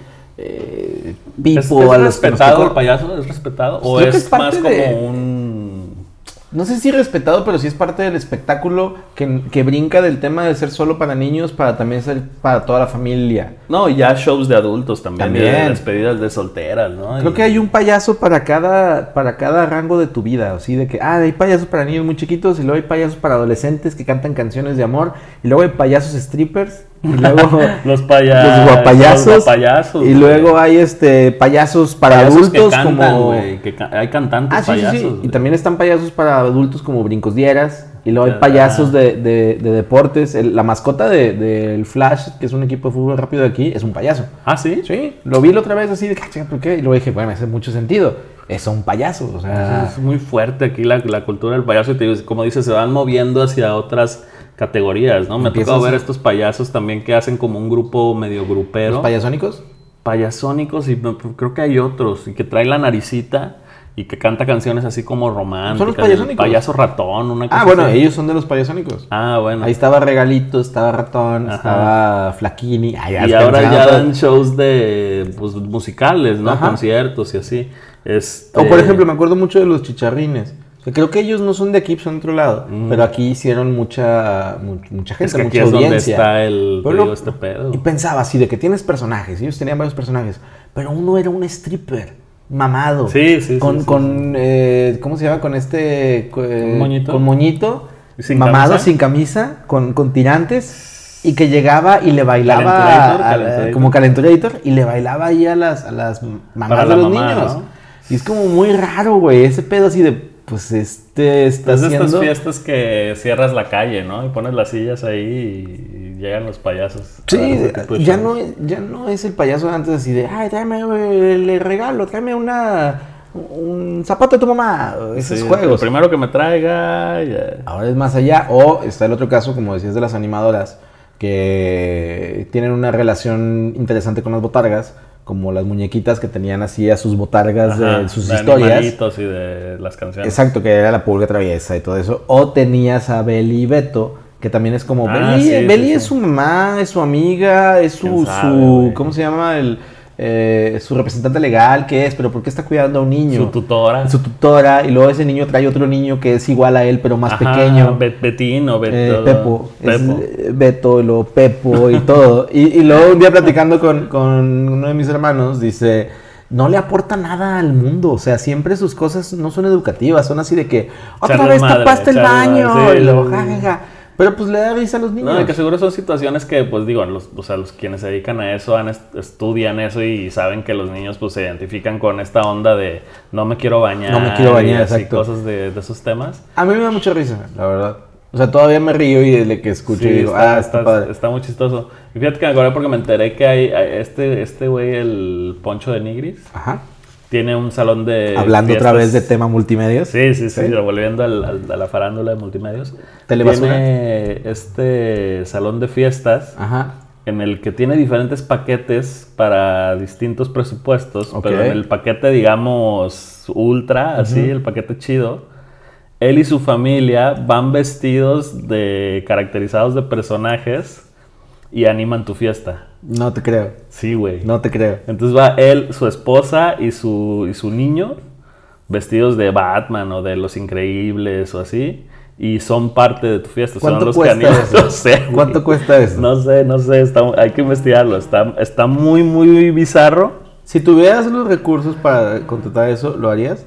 Eh, Pipo, ¿Es, es respetado el payaso? ¿Es respetado? ¿O es, es más de... como un... no sé si respetado, pero sí es parte del espectáculo que, que brinca del tema de ser solo para niños para también ser para toda la familia. No, y ya shows de adultos también, también. De despedidas de solteras, ¿no? Creo y... que hay un payaso para cada, para cada rango de tu vida, así de que, ah, hay payasos para niños muy chiquitos y luego hay payasos para adolescentes que cantan canciones de amor y luego hay payasos strippers y luego los payasos, los guapayasos, los guapayasos y luego hay este payasos para payasos adultos que cantan, como wey, que ca... hay cantantes ah, sí, payasos. Sí, sí. Y también están payasos para adultos como Brincos Dieras. Y luego hay payasos de, de, de deportes. El, la mascota del de, Flash, que es un equipo de fútbol rápido de aquí, es un payaso. ¿Ah, sí? Sí. Lo vi la otra vez así de, ¿por qué? Y luego dije, bueno, me hace mucho sentido. Es un payaso. O sea, es muy fuerte aquí la, la cultura del payaso. Y te, como dices, se van moviendo hacia otras categorías, ¿no? Me ha tocado ver estos payasos también que hacen como un grupo medio grupero. ¿Los payasónicos? Payasónicos, y creo que hay otros. Y que trae la naricita. Y que canta canciones así como románticas. ¿Son los payasónicos? Payaso ratón, una cosa Ah, bueno, así. ellos son de los payasónicos. Ah, bueno. Ahí estaba Regalito, estaba Ratón, Ajá. estaba Flaquini. Ay, y ahora ya dan shows de pues, musicales, ¿no? Ajá. Conciertos y así. Este... O por ejemplo, me acuerdo mucho de los Chicharrines. Que creo que ellos no son de aquí, son de otro lado. Mm. Pero aquí hicieron mucha, mucha gente, es que mucha aquí es audiencia. Donde está el pero, digo, este pedo. Y pensaba así, de que tienes personajes. Ellos tenían varios personajes. Pero uno era un stripper. Mamado. Sí, sí, con, sí. Con, sí. Eh, ¿cómo se llama? Con este... Eh, moñito. Con moñito. ¿Sin mamado, camisa? sin camisa, con, con tirantes. Y que llegaba y le bailaba... Calenturator, a, calenturator. Como calenturator. Y le bailaba ahí a las, a las mamás Para de la los mamá, niños. ¿no? Y es como muy raro, güey. Ese pedo así de... Pues este está es de haciendo... estas fiestas que cierras la calle, ¿no? Y pones las sillas ahí y llegan los payasos. Sí, ya no, ya no es el payaso de antes así de, ay, tráeme el regalo, tráeme una... un zapato de tu mamá, esos sí, juegos. Lo primero que me traiga. Yeah. Ahora es más allá. O está el otro caso, como decías, de las animadoras que tienen una relación interesante con las botargas, como las muñequitas que tenían así a sus botargas Ajá, de sus de historias. Y de las canciones. Exacto, que era la pulga traviesa y todo eso. O tenías a Beli y Beto, que también es como, ah, Beli, sí, Beli sí, es sí. su mamá, es su amiga, es su, sabe, su ¿cómo se llama? El... Eh, su representante legal, ¿qué es? ¿Pero por qué está cuidando a un niño? Su tutora. Su tutora, y luego ese niño trae otro niño que es igual a él, pero más Ajá, pequeño. Bet Betín o Beto. Eh, Pepo. Pepo. Es Beto, y luego Pepo y todo. Y, y luego un día platicando con, con uno de mis hermanos, dice, no le aporta nada al mundo. O sea, siempre sus cosas no son educativas, son así de que, otra Charles vez madre, tapaste el baño. Sí, y luego, ja, ja, ja. Pero pues le da risa a los niños. No, que seguro son situaciones que, pues digo, los, o sea, los quienes se dedican a eso han est estudian eso y saben que los niños pues se identifican con esta onda de no me quiero bañar. No me quiero bañar, y así, exacto. Cosas de, de esos temas. A mí me da mucha risa, la verdad. O sea, todavía me río y desde que escucho sí, y digo, está, ah, está, está padre. Está muy chistoso. Y fíjate que me acordé porque me enteré que hay, hay este este güey, el Poncho de Nigris. Ajá. Tiene un salón de Hablando fiestas. otra vez de tema multimedios. Sí, sí, sí, ¿Sí? volviendo al, al, a la farándula de multimedios. Telebasura. Tiene este salón de fiestas Ajá. en el que tiene diferentes paquetes para distintos presupuestos, okay. pero en el paquete, digamos, ultra, uh-huh. así, el paquete chido, él y su familia van vestidos de caracterizados de personajes y animan tu fiesta. No te creo. Sí, güey. No te creo. Entonces va él, su esposa y su, y su niño vestidos de Batman o de Los Increíbles o así. Y son parte de tu fiesta. ¿Cuánto son los cuesta caninos. eso? No sé, ¿Cuánto cuesta eso? No sé, no sé. Está, hay que investigarlo. Está, está muy, muy bizarro. Si tuvieras los recursos para contratar eso, ¿lo harías?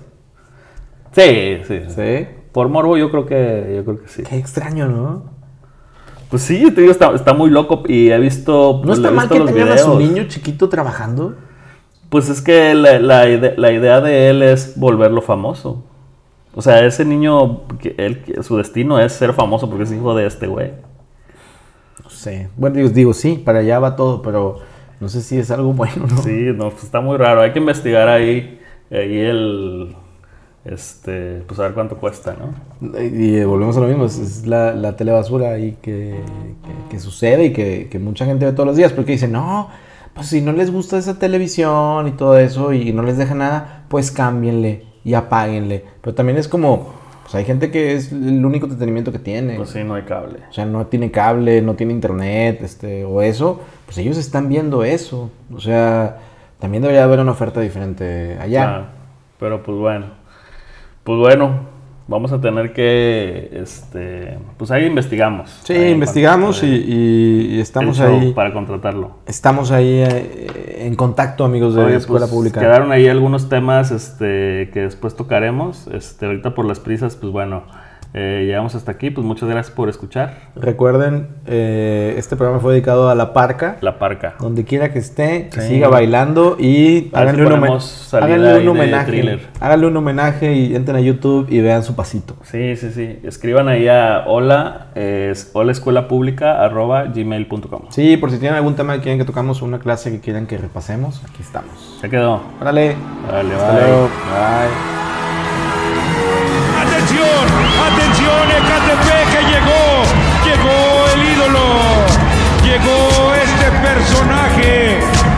Sí, sí. ¿Sí? Por morbo yo creo que, yo creo que sí. Qué extraño, ¿no? Pues sí, te digo, está, está muy loco y he visto. ¿No está mal que tengan a su niño chiquito trabajando? Pues es que la, la, ide la idea de él es volverlo famoso. O sea, ese niño, que él, su destino es ser famoso porque es hijo de este güey. No sé. Bueno, digo, digo, sí, para allá va todo, pero no sé si es algo bueno, ¿no? Sí, no, pues está muy raro. Hay que investigar ahí, ahí el. Este, pues a ver cuánto cuesta, ¿no? Y, y volvemos a lo mismo, es, es la, la telebasura ahí que, que, que sucede y que, que mucha gente ve todos los días, porque dicen, no, pues si no les gusta esa televisión y todo eso y no les deja nada, pues cámbienle y apáguenle. Pero también es como, pues hay gente que es el único entretenimiento que tiene. Pues sí, no hay cable. O sea, no tiene cable, no tiene internet, este, o eso, pues ellos están viendo eso. O sea, también debería haber una oferta diferente allá. Ah, pero pues bueno. Pues bueno, Vamos a tener que, este, pues ahí investigamos. Sí, ahí investigamos y, y, y estamos ahí. Para contratarlo. Estamos ahí eh, en contacto, amigos de Oye, Escuela pues, Pública. Quedaron ahí algunos temas este, que después tocaremos. Este, ahorita por las prisas, pues bueno, eh, llegamos hasta aquí. Pues muchas gracias por escuchar. Recuerden, eh, este programa fue dedicado a La Parca. La Parca. Donde quiera que esté, que sí. siga bailando y háganle un, háganle un homenaje. Háganle un homenaje y entren a YouTube y vean su pasito. Sí, sí, sí. Escriban ahí a hola, eh, hola escuela pública arroba gmail punto com. Sí, por si tienen algún tema que quieren que tocamos, una clase que quieran que repasemos, aquí estamos. Se quedó. Órale. Dale, Hasta bye. luego. Bye. Atención, atención, Ecatepec llegó, llegó el ídolo, llegó este personaje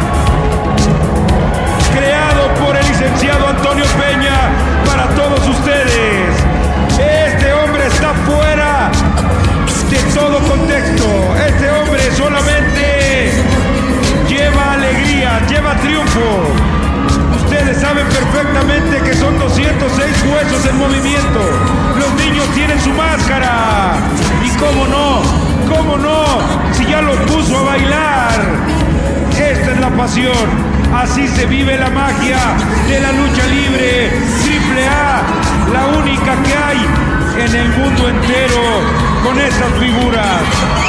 creado por el licenciado Antonio Peña para todos ustedes. Este hombre está fuera de todo contexto, este hombre solamente lleva alegría, lleva triunfo. Ustedes saben perfectamente que son doscientos seis huesos en movimiento. Los niños tienen su máscara. Y cómo no, cómo no, si ya los puso a bailar. Esta es la pasión. Así se vive la magia de la lucha libre. Triple A, la única que hay en el mundo entero con estas figuras.